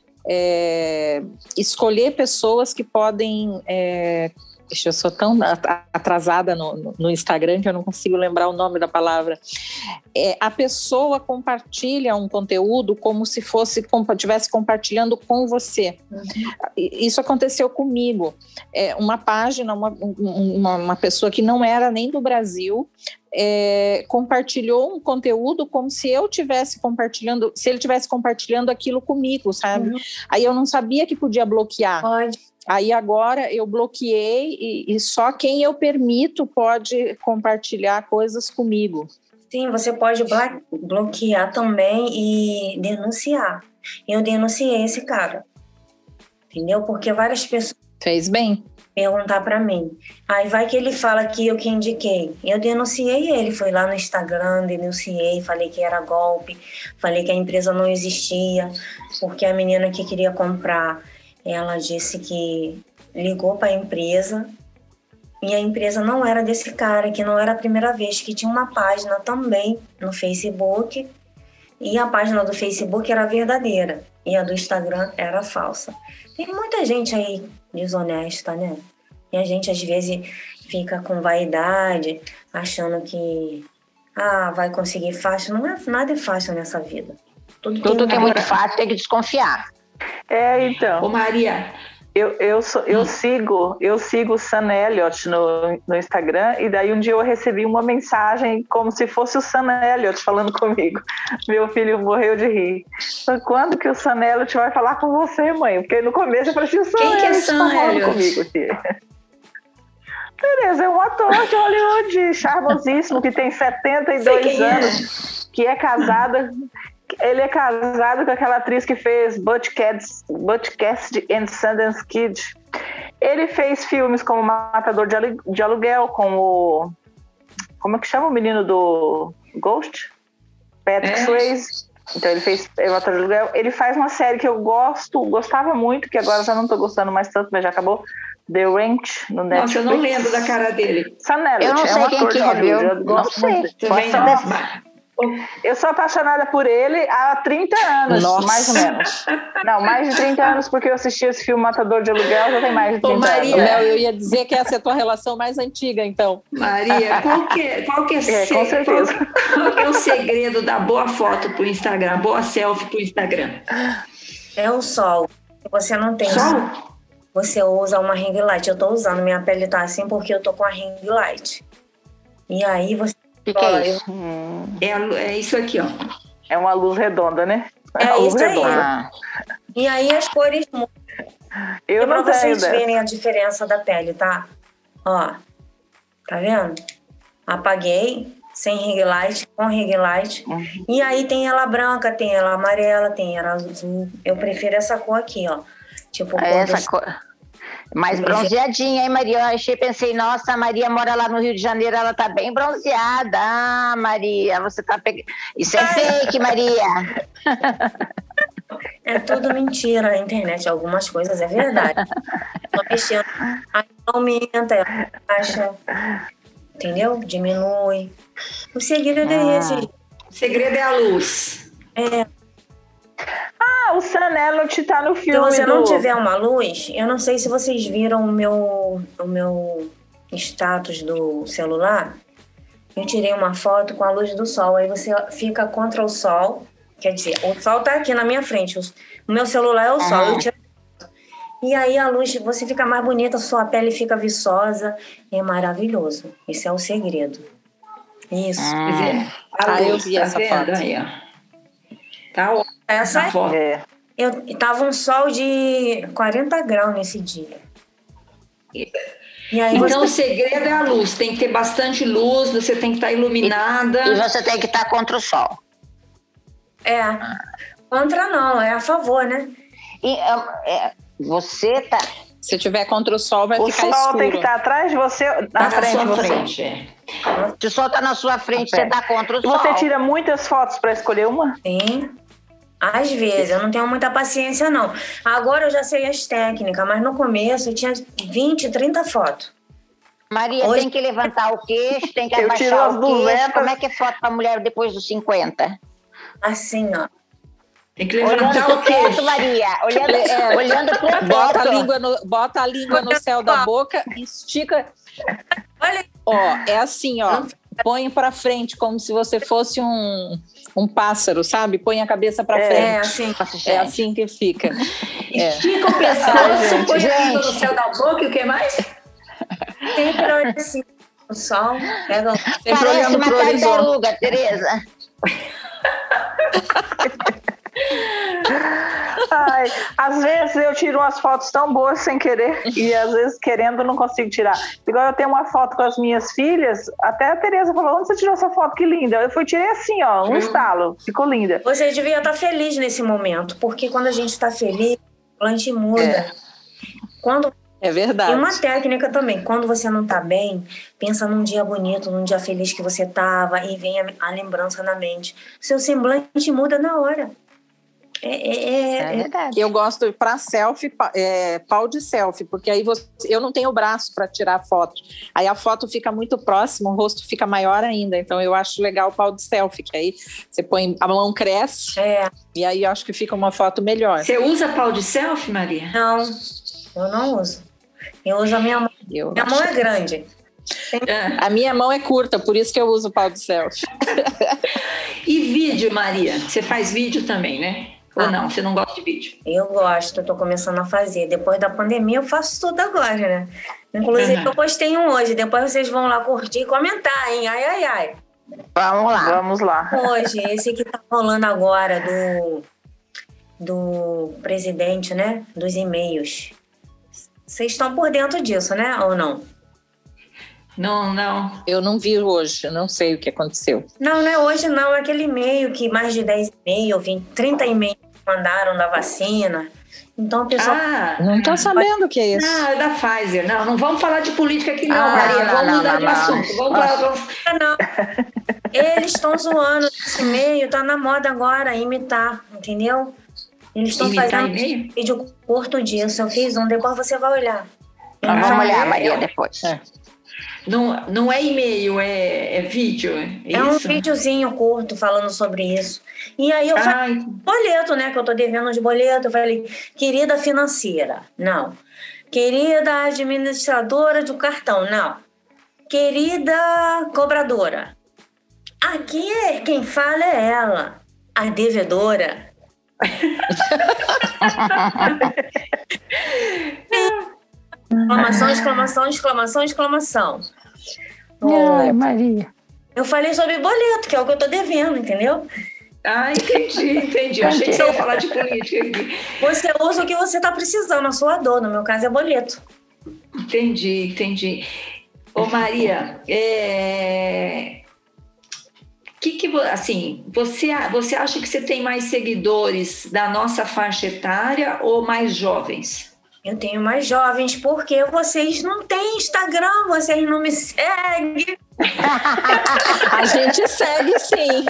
é, escolher pessoas que podem... É, eu sou tão atrasada no, no Instagram que eu não consigo lembrar o nome da palavra. É, a pessoa compartilha um conteúdo como se fosse, estivesse compartilhando com você. Uhum. Isso aconteceu comigo. É, uma página, uma, uma, uma pessoa que não era nem do Brasil, é, compartilhou um conteúdo como se eu tivesse compartilhando, se ele tivesse compartilhando aquilo comigo, sabe? Uhum. Aí eu não sabia que podia bloquear. Pode. Aí agora eu bloqueei e, e só quem eu permito pode compartilhar coisas comigo. Sim, você pode bloquear também e denunciar. Eu denunciei esse cara, entendeu? Porque várias pessoas... Fez bem. Perguntar para mim. Aí vai que ele fala que eu que indiquei. Eu denunciei ele, fui lá no Instagram, denunciei, falei que era golpe, falei que a empresa não existia, porque a menina que queria comprar... Ela disse que ligou para a empresa E a empresa não era desse cara, que não era a primeira vez, que tinha uma página também no Facebook. E a página do Facebook era verdadeira. E a do Instagram era falsa. Tem muita gente aí desonesta, né? E a gente, às vezes, fica com vaidade, achando que ah, vai conseguir fácil. Não é, nada é fácil nessa vida. Tudo, Tudo que é muito fácil, tem que desconfiar. É, então. Ô, Maria... Eu, eu, sou, eu, sigo, eu sigo o Sam Elliott no, no Instagram, e daí um dia eu recebi uma mensagem como se fosse o Sam Elliott falando comigo. Meu filho morreu de rir. Então, quando que o Sam Elliott vai falar com você, mãe? Porque no começo eu falei assim, o Sam Quem Elliott que é Sam tá falando Elliott? comigo aqui. Tereza, é um ator de Hollywood charmosíssimo, que tem setenta e dois anos, é. que é casada... Ele é casado com aquela atriz que fez Butchcast, Butchcast and Sundance Kid. Ele fez filmes como Matador de Aluguel, com o... Como é que chama o menino do Ghost? Patrick é. Swayze. Então ele fez Matador de Aluguel. Ele faz uma série que eu gosto, gostava muito, que agora já não estou gostando mais tanto, mas já acabou. The Ranch, no Netflix. Nossa, eu não lembro da cara dele. Sanelli, eu não sei é um quem ator que de é, viu? Eu não sei. Pode saber. Eu sou apaixonada por ele há trinta anos, Nossa. mais ou menos. Não, mais de trinta anos, porque eu assisti esse filme Matador de Aluguel, já tem mais de trinta Ô, Maria, anos. Léo, eu ia dizer que essa é a tua relação mais antiga, então. Maria, qual que, qual que é, é com certeza. Qual, qual que é o segredo da boa foto pro Instagram, boa selfie pro Instagram? É o sol. Você não tem sol. sol. Você usa uma ring light. Eu tô usando, minha pele tá assim porque eu tô com a ring light. E aí você... O que, que é isso? Hum. É, é isso aqui, ó. É uma luz redonda, né? É, é luz isso redonda. aí. E aí as cores mudam. Eu e não pra tenho vocês dessa. verem a diferença da pele, tá? Ó, tá vendo? Apaguei, sem ring light, com ring light. Uhum. E aí tem ela branca, tem ela amarela, tem ela azul. Eu prefiro essa cor aqui, ó. Tipo, é essa do... cor... Mais bronzeadinha, hein, Maria? Eu achei, pensei, nossa, a Maria mora lá no Rio de Janeiro, ela tá bem bronzeada. Ah, Maria, você tá pegando... Isso é fake, Maria. É tudo mentira na internet, algumas coisas é verdade. Tô mexendo, aí aumenta, baixa, entendeu? Diminui. O segredo ah. é esse. O segredo é a luz. É. Ah, o Sam Elliott tá no filme. Se você do... não tiver uma luz, eu não sei se vocês viram o meu, o meu status do celular. Eu tirei uma foto com a luz do sol. Aí você fica contra o sol. Quer dizer, o sol tá aqui na minha frente. O meu celular é o sol. Eu tiro... E aí a luz, você fica mais bonita, sua pele fica viçosa. É maravilhoso. Esse é o segredo. Isso. Ah, ah eu vi tá essa foto. Aí, ó. Tá ótimo. Essa é. Eu tava um sol de quarenta graus nesse dia. E aí então você... o segredo é a luz. Tem que ter bastante luz, você tem que estar iluminada. E, e você tem que estar contra o sol. É. Contra não, é a favor, né? E é, você tá... Se tiver contra o sol, vai o ficar escuro. escuro. O sol tem que estar atrás de você, na tá frente na de sua você. Frente, é. Se o sol tá na sua frente, você tá contra o e sol. Você tira muitas fotos para escolher uma? Sim. Às vezes, eu não tenho muita paciência, não. Agora eu já sei as técnicas, mas no começo eu tinha vinte, trinta fotos. Maria, Hoje... tem que levantar o queixo, tem que eu abaixar o duzentas... queixo. Como é que é foto para mulher depois dos cinquenta? Assim, ó. Tem que levantar olhando o queixo. Teto, Maria. Olhando, é, olhando pro teto. Bota a língua no, bota a língua no céu da boca e estica. Olha. Ó, é assim, ó. Põe para frente, como se você fosse um, um pássaro, sabe? Põe a cabeça para é, frente. É assim. É assim que fica. Estica é. o pescoço, põe a língua no céu da boca e o que mais? Sempre olha assim. O sol pega... Parece uma tartaruga, Tereza. Ai, às vezes eu tiro umas fotos tão boas sem querer e às vezes querendo não consigo tirar. Igual eu tenho uma foto com as minhas filhas, até a Tereza falou, onde você tirou essa foto? Que linda. Eu fui tirei assim, ó, um hum. estalo, ficou linda. Você devia estar feliz nesse momento, porque quando a gente está feliz, o plante muda. É. Quando É verdade. E uma técnica também, quando você não tá bem, pensa num dia bonito, num dia feliz que você tava e vem a, a lembrança na mente. Seu semblante muda na hora. É, é, É verdade. Eu gosto para selfie, é, pau de selfie, porque aí você, eu não tenho o braço para tirar a foto. Aí a foto fica muito próxima, o rosto fica maior ainda. Então eu acho legal o pau de selfie, que aí você põe, a mão cresce, é. E aí eu acho que fica uma foto melhor. Você usa pau de selfie, Maria? Não, eu não uso. Eu uso a minha mão. Eu minha mão é grande. É. A minha mão é curta, por isso que eu uso o pau de selfie. E vídeo, Maria? Você faz vídeo também, né? Ou Ah. não? Você não gosta de vídeo? Eu gosto, eu tô começando a fazer. Depois da pandemia eu faço tudo agora, né? Inclusive Uhum. eu postei um hoje, depois vocês vão lá curtir e comentar, hein? Ai, ai, ai. Vamos lá. Vamos lá. Hoje, esse que tá rolando agora do, do presidente, né? Dos e-mails. Vocês estão por dentro disso, né? Ou não? Não, não. Eu não vi hoje, eu não sei o que aconteceu. Não, não é hoje não. É aquele e-mail que mais de dez e-mails, vinte, trinta e-mails mandaram da vacina. Então o pessoal... Ah, Não tô sabendo o que é isso. não, é da Pfizer. Não, não vamos falar de política aqui não, Ah, Maria. não, Vamos não, mudar não, de não. assunto. Vamos para... Vamos... Não. Eles estão zoando esse e-mail, tá na moda agora, imitar, entendeu? Eles estão Imitar fazendo e-mail? vídeo curto disso. Eu fiz um, depois você vai olhar. Então, Ah, vamos olhar, é, Maria, é. depois. É. Não, não é e-mail, é, é vídeo. É, É um isso? videozinho curto falando sobre isso. E aí eu Ah, falei, boleto, né? Que eu tô devendo uns boletos. Eu falei, querida financeira, não. Querida administradora do cartão, não. Querida cobradora. Aqui quem fala é ela, a devedora. Exclamação, exclamação, exclamação, exclamação. Ai, Maria. Eu falei sobre boleto, que é o que eu tô devendo, entendeu? ah, entendi, entendi. Eu achei que você ia falar de política aqui. Você usa o que você tá precisando, a sua dor. No meu caso é boleto. Entendi, entendi. Ô, Maria, é... que que, vo- assim, você, você acha que você tem mais seguidores da nossa faixa etária ou mais jovens? Eu tenho mais jovens, porque vocês não têm Instagram, vocês não me seguem. A gente segue sim.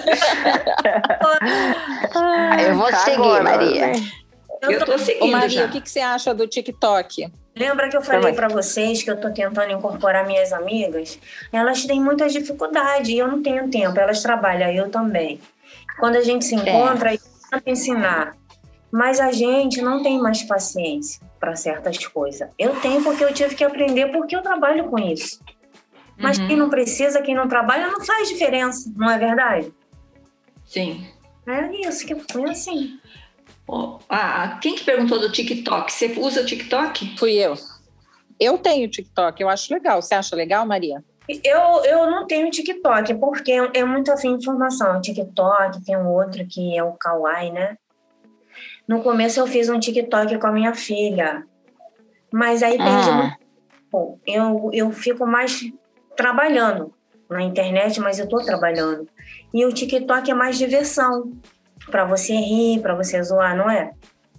Eu vou Tá seguir, agora, Maria. né? Eu tô Ô seguindo Maria, já. o que, que você acha do TikTok? Lembra que eu falei para vocês que eu tô tentando incorporar minhas amigas? Elas têm muita dificuldade e eu não tenho tempo. Elas trabalham, eu também. Quando a gente se encontra, eu tento ensinar. Mas a gente não tem mais paciência para certas coisas. Eu tenho porque eu tive que aprender porque eu trabalho com isso. Mas Uhum. quem não precisa, quem não trabalha, não faz diferença, não é verdade? Sim. É isso que foi assim. Ó, ah, quem que perguntou do TikTok? Você usa o TikTok? Fui eu. Eu tenho TikTok, eu acho legal. Você acha legal, Maria? Eu, eu não tenho TikTok, porque é muito afim de informação. O TikTok, tem um outro que é o Kawaii, né? No começo eu fiz um TikTok com a minha filha, mas aí perdi Ah. muito tempo. Eu, eu fico mais trabalhando na internet, mas eu tô trabalhando. E o TikTok é mais diversão, para você rir, para você zoar, não é?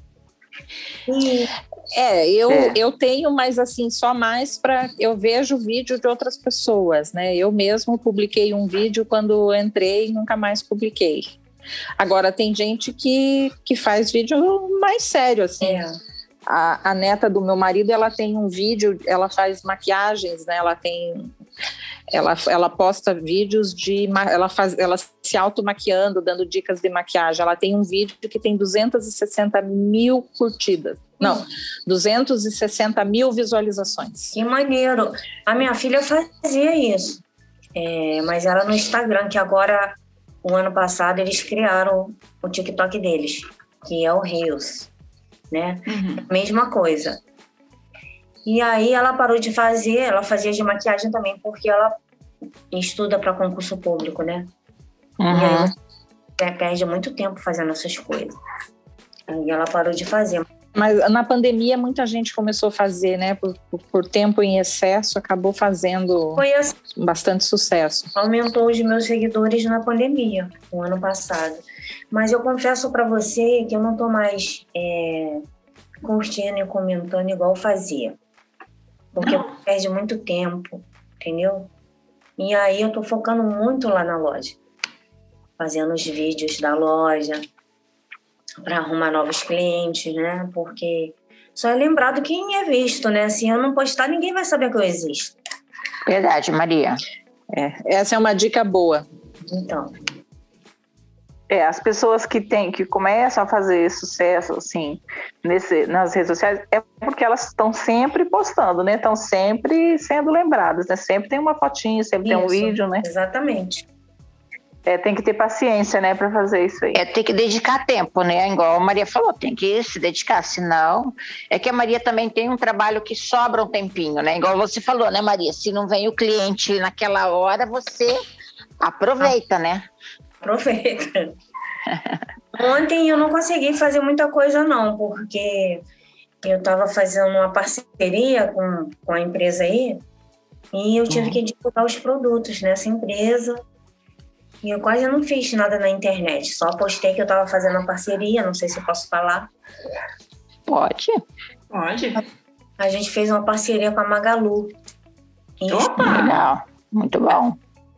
E É, eu, É. eu tenho, mas assim, só mais para... Eu vejo vídeo de outras pessoas, né? Eu mesmo publiquei um vídeo quando entrei e nunca mais publiquei. Agora, tem gente que, que faz vídeo mais sério, assim. é, A, a neta do meu marido, ela tem um vídeo, ela faz maquiagens, né? Ela tem... Ela, ela posta vídeos de... ma- Ela, faz, ela se automaquiando, dando dicas de maquiagem. Ela tem um vídeo que tem duzentas e sessenta mil curtidas. Não, duzentas e sessenta mil visualizações. que maneiro. A minha filha fazia isso, é, mas ela no Instagram, que agora, o ano passado, eles criaram o TikTok deles, que é o Reels, né? Uhum. Mesma coisa. E aí ela parou de fazer, ela fazia de maquiagem também, porque ela estuda para concurso público, né? E aí Uhum. você perde muito tempo fazendo essas coisas. Aí ela parou de fazer. Mas na pandemia, muita gente começou a fazer, né? Por, por, por tempo em excesso, acabou fazendo Foi assim, bastante sucesso. aumentou os meus seguidores na pandemia, o ano passado. Mas eu confesso para você que eu não tô mais é, curtindo e comentando igual eu fazia. Porque Não. perde muito tempo, entendeu? E aí eu tô focando muito lá na loja. Fazendo os vídeos da loja, para arrumar novos clientes, né? Porque só é lembrado quem é visto, né? Se eu não postar, ninguém vai saber que eu existo. Verdade, Maria. É, essa é uma dica boa. Então... É, as pessoas que, tem, que começam a fazer sucesso assim, nesse, nas redes sociais é porque elas estão sempre postando, né? Estão sempre sendo lembradas, né? Sempre tem uma fotinha, sempre isso, tem um vídeo, né? Exatamente. É, tem que ter paciência, né, para fazer isso aí. É, tem que dedicar tempo, né? Igual a Maria falou, tem que se dedicar, senão... É que a Maria também tem um trabalho que sobra um tempinho, né? Igual você falou, né, Maria? Se não vem o cliente naquela hora, você aproveita, né? Aproveita. Ontem eu não consegui fazer muita coisa não, porque eu estava fazendo uma parceria com, com a empresa aí e eu tive que divulgar os produtos nessa empresa e eu quase não fiz nada na internet, só postei que eu estava fazendo a parceria, não sei se eu posso falar. Pode. Pode. A gente fez uma parceria com a Magalu. E Opa! Legal, muito bom.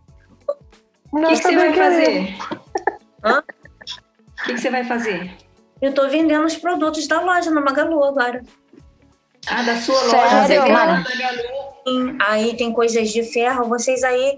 O que, que você vai fazer? Hã? O que, que você vai fazer? Eu estou vendendo os produtos da loja na Magalu agora. Ah, da sua Sério, loja, você vende Mara? na Magalu. Aí tem coisas de ferro, vocês aí,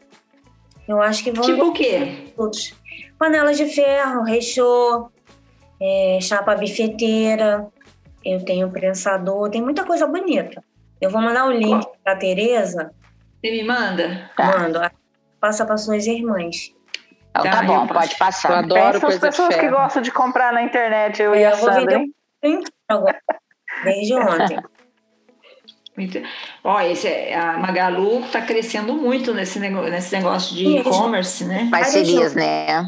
eu acho que vão... Tipo o quê? Todos. Panelas de ferro, rechô, é, chapa bifeteira, eu tenho prensador, tem muita coisa bonita. Eu vou mandar o link Qual? para a Tereza. Você me manda? Tá. Mando, passa para suas irmãs. Então, Tá, tá bom, eu pode Eu passar. adoro Essas coisa de pessoas que ferro. gostam de comprar na internet, eu É, e a eu vou Sandra, vender hein? um agora, desde ontem. Muito. Ó, esse é, a Magalu está crescendo muito nesse negócio, nesse negócio de Sim, eles- e-commerce, né? Parcerias, né?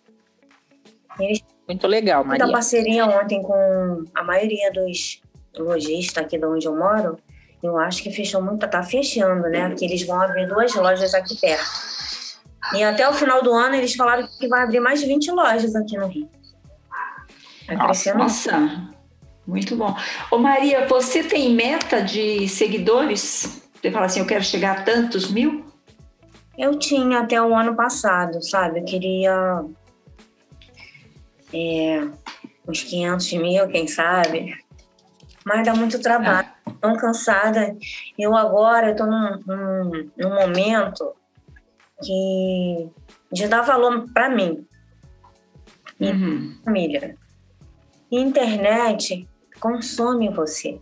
Eles Muito legal, fizeram Maria. parceria ontem com a maioria dos lojistas aqui de onde eu moro. Eu acho que fechou muito, tá fechando, né? Que eles vão abrir duas lojas aqui perto. E até o final do ano eles falaram que vai abrir mais de vinte lojas aqui no Rio. Tá crescendo. Nossa, muito bom. Ô Maria, você tem meta de seguidores? Você fala assim, eu quero chegar a tantos mil? Eu tinha até o ano passado, sabe? Eu queria é, uns quinhentos mil, quem sabe? Mas dá muito trabalho. Tô cansada. Eu agora eu tô num, num, num momento que de dar valor para mim e Uhum. família. Internet consome você.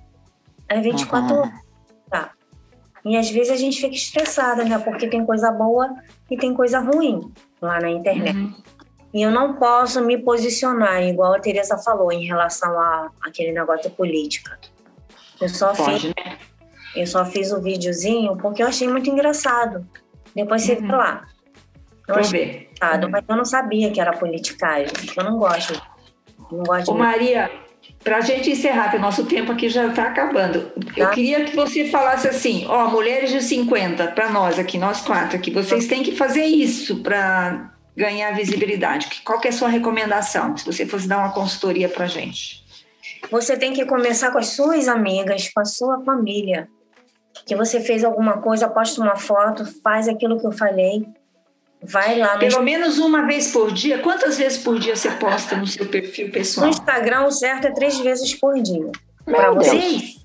É vinte e quatro horas. Tá. E às vezes a gente fica estressada, né? Porque tem coisa boa e tem coisa ruim lá na internet. Uhum. E eu não posso me posicionar, igual a Tereza falou, em relação a aquele negócio de política. Eu só, Pode, fiz, né? eu só fiz o videozinho porque eu achei muito engraçado. Depois você Uhum. vê lá. Eu Vou achei ver. engraçado, mas eu não sabia que era politicagem. Eu não gosto. Não gosto Ô de... Maria, para a gente encerrar, que o nosso tempo aqui já está acabando, eu Tá. queria que você falasse assim, ó, mulheres de cinquenta, para nós aqui, nós quatro aqui, vocês têm que fazer isso para ganhar visibilidade. Qual que é a sua recomendação, se você fosse dar uma consultoria para a gente? Você tem que começar com as suas amigas, com a sua família. Que você fez alguma coisa, posta uma foto, faz aquilo que eu falei. Vai lá no, Pelo menos uma vez por dia? Quantas vezes por dia você posta no seu perfil no pessoal? Instagram, o certo é três vezes por dia. Para Meu vocês,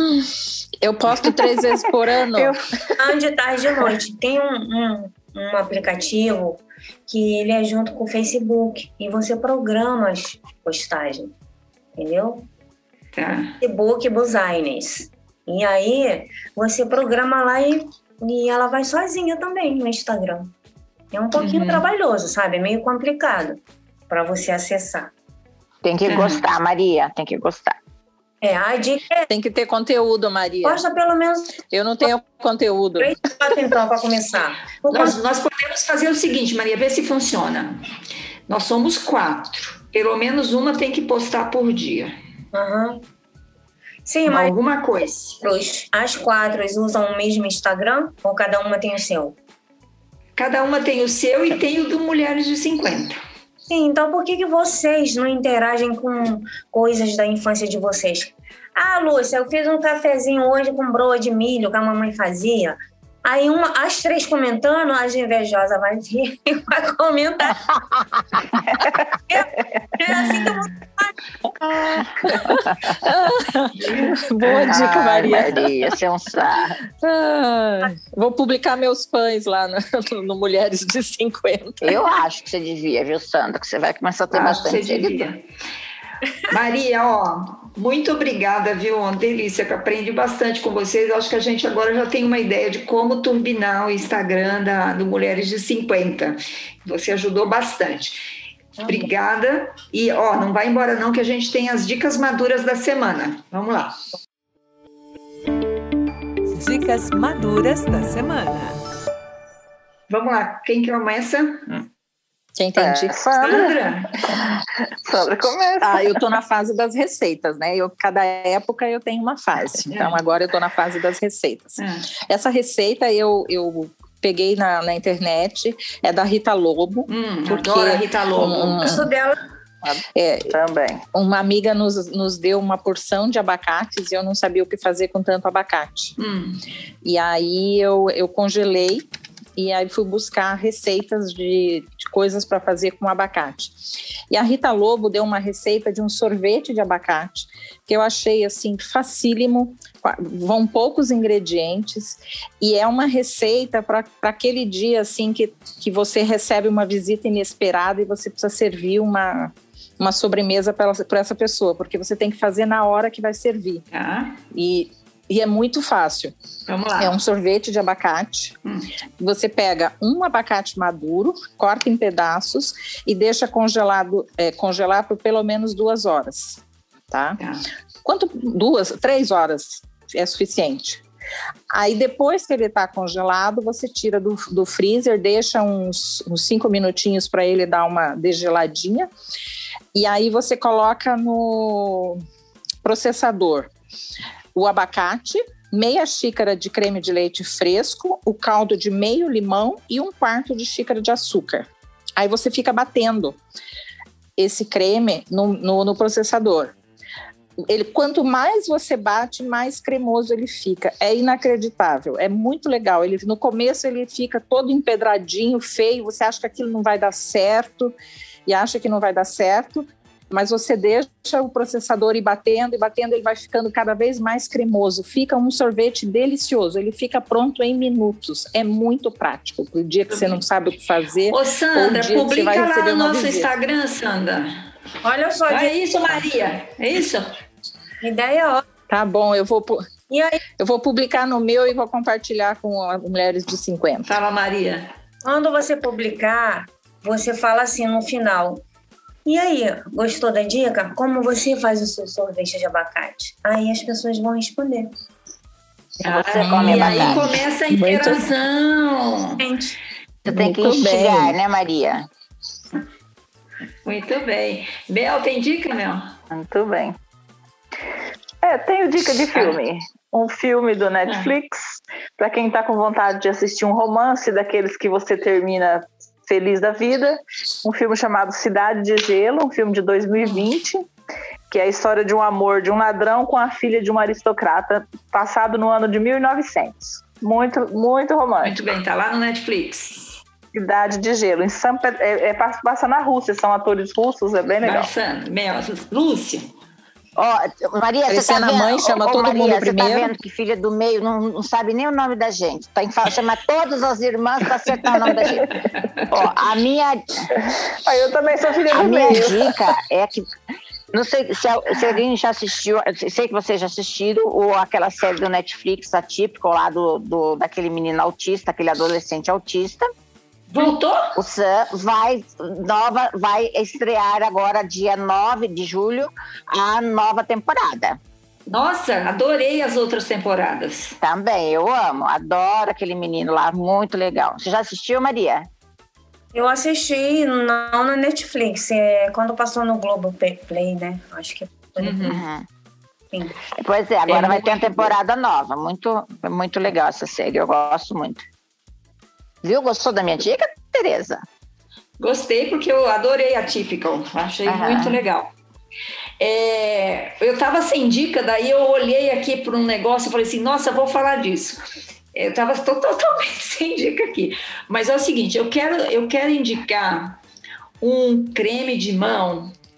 Eu posto três vezes por ano. Eu- manhã, de tarde e de noite. Tem um, um, um aplicativo que ele é junto com o Facebook e você programa as postagens, entendeu? Tá. Facebook Business. E aí você programa lá e, e ela vai sozinha também no Instagram. É um pouquinho Uhum. trabalhoso, sabe? É meio complicado para você acessar. Tem que Uhum. gostar, Maria, tem que gostar. É, a dica é Tem que ter conteúdo, Maria. posta pelo menos Eu não tenho conteúdo. três, quatro então para começar. O Nós, nós podemos fazer o seguinte, Maria, vê se funciona. Nós somos quatro. Pelo menos uma tem que postar por dia. Aham. Sim, mas Alguma coisa. os- as quatro usam o mesmo Instagram ou cada uma tem o seu? Cada uma tem o seu e tem o do Mulheres de cinquenta. Sim, então por que, que vocês não interagem com coisas da infância de vocês? Ah, Lúcia, eu fiz um cafezinho hoje com broa de milho que a mamãe fazia. Aí uma, as três comentando, as invejosas vai vir e vai comentar. É assim que eu vou... Boa dica, Maria. Ai, Maria, você é um sarro. Ah, vou publicar meus pães lá no, no Mulheres de cinquenta. Eu acho que você devia, viu, Sandra? Que você vai começar a ter Acho bastante que você devia. Maria, ó, muito obrigada, viu? Uma delícia, que aprendi bastante com vocês. Acho que a gente agora já tem uma ideia de como turbinar o Instagram da, do Mulheres de cinquenta. Você ajudou bastante. Obrigada. E, ó, não vai embora não, que a gente tem as dicas maduras da semana. Vamos lá. Dicas maduras da semana. Vamos lá. Quem que começa? Quem tem dica? Sandra? Sandra começa. Ah, eu tô na fase das receitas, né? Eu, cada época eu tenho uma fase. Então, agora eu tô na fase das receitas. É. Essa receita eu... eu peguei na, na internet, é da Rita Lobo. Hum, porque adoro a Rita Lobo. Um, eu sou dela. É, também. Uma amiga nos, nos deu uma porção de abacates e eu não sabia o que fazer com tanto abacate. Hum. E aí eu, eu congelei e aí fui buscar receitas de, de coisas para fazer com abacate. E a Rita Lobo deu uma receita de um sorvete de abacate que eu achei assim facílimo, vão poucos ingredientes e é uma receita para aquele dia assim que, que você recebe uma visita inesperada e você precisa servir uma, uma sobremesa para essa pessoa, porque você tem que fazer na hora que vai servir. Ah. E E é muito fácil. Vamos lá. É um sorvete de abacate. Hum. Você pega um abacate maduro, corta em pedaços e deixa congelado, é, congelar por pelo menos duas horas. Tá? Tá. Quanto? Duas, três horas é suficiente. Aí depois que ele está congelado, você tira do, do freezer, deixa uns, uns cinco minutinhos para ele dar uma degeladinha. E aí você coloca no processador o abacate, meia xícara de creme de leite fresco, o caldo de meio limão e um quarto de xícara de açúcar. Aí você fica batendo esse creme no, no, no processador. Ele, quanto mais você bate, mais cremoso ele fica. É inacreditável, é muito legal. Ele, no começo ele fica todo empedradinho, feio, você acha que aquilo não vai dar certo e acha que não vai dar certo, mas você deixa o processador ir batendo e batendo, ele vai ficando cada vez mais cremoso. Fica um sorvete delicioso, ele fica pronto em minutos. É muito prático, para o dia que você não sabe o que fazer. Ô, Sandra, publica lá no nosso visita. Instagram, Sandra. Olha só. É de... isso, Maria? É isso? Ideia ótima. Tá bom, eu vou, e aí? eu vou publicar no meu e vou compartilhar com as Mulheres de cinquenta. Fala, Maria. Quando você publicar, você fala assim no final... E aí, gostou da dica? Como você faz o seu sorvete de abacate? Aí as pessoas vão responder. Ah, você come e aí começa a interação. Gente, você tem que instigar, bem. Né, Maria? Muito bem. Bel, tem dica, Mel? Muito bem. É, tenho dica de filme. Um filme do Netflix, ah. para quem está com vontade de assistir um romance daqueles que você termina feliz da vida, um filme chamado Cidade de Gelo, um filme de dois mil e vinte, que é a história de um amor de um ladrão com a filha de uma aristocrata, passado no ano de mil e novecentos. Muito, muito romântico. Muito bem, tá lá no Netflix. Cidade de Gelo, em São Pet... é, é, passa na Rússia, são atores russos, é bem legal. Passando, Mel, Lúcia. Ó, oh, Maria, você tá vendo? Mãe, chama oh, todo Maria, mundo você primeiro. Tá vendo que filha do meio não, não sabe nem o nome da gente. Tem que chamar todas as irmãs para acertar o nome da gente. Ó, a minha... Ah, eu também sou filha a do meio. A minha dica é que... Não sei se, se alguém já assistiu, sei que vocês já assistiram, ou aquela série do Netflix, atípico, lá do, do, daquele menino autista, aquele adolescente autista. Voltou? O Sam vai, nova, vai estrear agora, dia nove de julho, a nova temporada. Nossa, adorei as outras temporadas. Também, eu amo, adoro aquele menino lá, muito legal. Você já assistiu, Maria? Eu assisti, não na Netflix, é, quando passou no Globoplay, né? Acho que foi. Uhum. Sim. Pois é, agora é vai ter uma temporada nova, muito, muito legal essa série, eu gosto muito. Viu? Gostou da minha dica, Tereza? Gostei, porque eu adorei a Typical. Achei uhum. muito legal. É, eu estava sem dica, daí eu olhei aqui para um negócio e falei assim, nossa, vou falar disso. Eu estava totalmente sem dica aqui. Mas é o seguinte, eu quero, eu quero indicar um creme de mão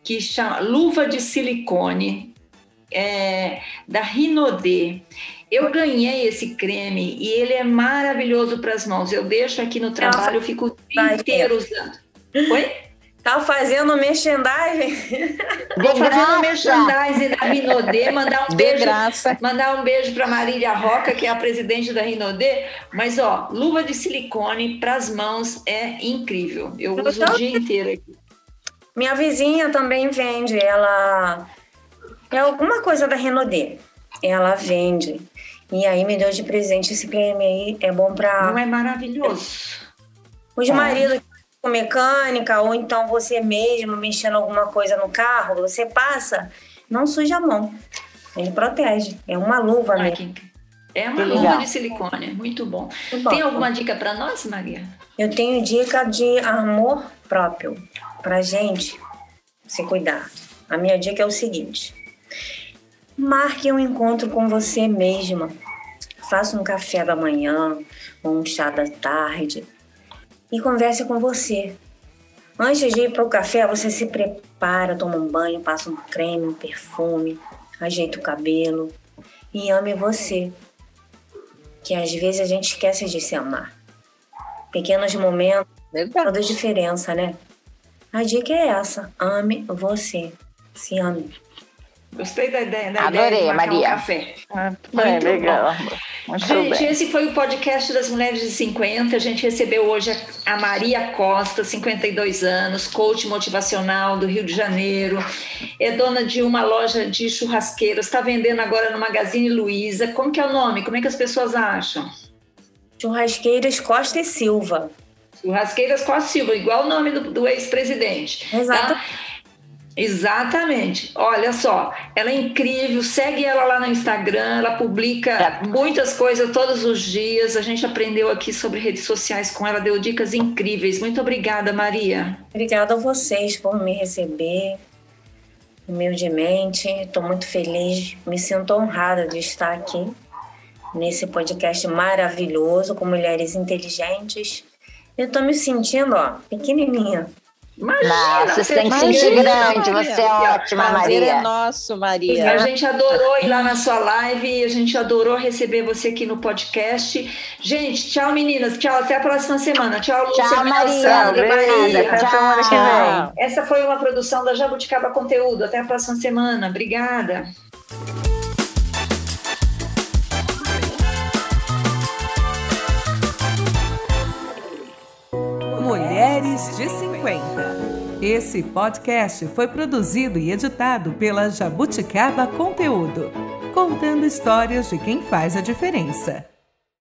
que chama Luva de Silicone, é, da Rinodê. Eu ganhei esse creme e ele é maravilhoso para as mãos. Eu deixo aqui no trabalho, eu fico o dia inteiro usando. Oi? Tá fazendo merchandising? Vou fazer um merchandising da Rinodê, mandar um beijo, mandar um beijo para Marília Roca, que é a presidente da Rinodê. Mas, ó, luva de silicone para as mãos é incrível. Eu uso então, o dia inteiro aqui. Minha vizinha também vende, ela é alguma coisa da Rinodê. Ela vende. E aí me deu de presente esse creme aí, é bom para... Não é maravilhoso? Os ah. maridos com mecânica, ou então você mesmo mexendo alguma coisa no carro, você passa, não suja a mão. Ele protege. É uma luva, né? É uma luva de silicone, muito bom. Muito bom. Tem alguma dica para nós, Maria? Eu tenho dica de amor próprio pra gente se cuidar. A minha dica é o seguinte: marque um encontro com você mesma. Faça um café da manhã ou um chá da tarde e converse com você. Antes de ir para o café, você se prepara, toma um banho, passa um creme, um perfume, ajeita o cabelo e ame você. Que às vezes a gente esquece de se amar. Pequenos momentos, toda a diferença, né? A dica é essa: ame você, se ame. Gostei da ideia, da Adorei, ideia de marcar Maria. Um café. Ah, muito legal. Muito gente, bem. Esse foi o podcast das Mulheres de cinquenta. A gente recebeu hoje a Maria Costa, cinquenta e dois anos, coach motivacional do Rio de Janeiro. É dona de uma loja de churrasqueiras. Está vendendo agora no Magazine Luiza. Como que é o nome? Como é que as pessoas acham? Churrasqueiras Costa e Silva. Churrasqueiras Costa e Silva, igual o nome do, do ex-presidente. Exato. Tá? Exatamente. Olha só, ela é incrível, segue ela lá no Instagram, ela publica muitas coisas todos os dias. A gente aprendeu aqui sobre redes sociais com ela, deu dicas incríveis. Muito obrigada, Maria. Obrigada a vocês por me receber humildemente. Estou muito feliz, me sinto honrada de estar aqui nesse podcast maravilhoso com mulheres inteligentes. Eu estou me sentindo, ó, pequenininha. Imagina, Não, você tem que se sentir grande, você é ótima, Maria. Maria. É nosso, Maria. A gente adorou ir lá na sua live, a gente adorou receber você aqui no podcast. Gente, tchau, meninas, tchau, até a próxima semana. Tchau, Lúcia. Tchau, Maria. Sandra, Maria. Até a semana que vem. Essa foi uma produção da Jabuticaba Conteúdo. Até a próxima semana. Obrigada. Mulheres de cinquenta. Esse podcast foi produzido e editado pela Jabuticaba Conteúdo, contando histórias de quem faz a diferença.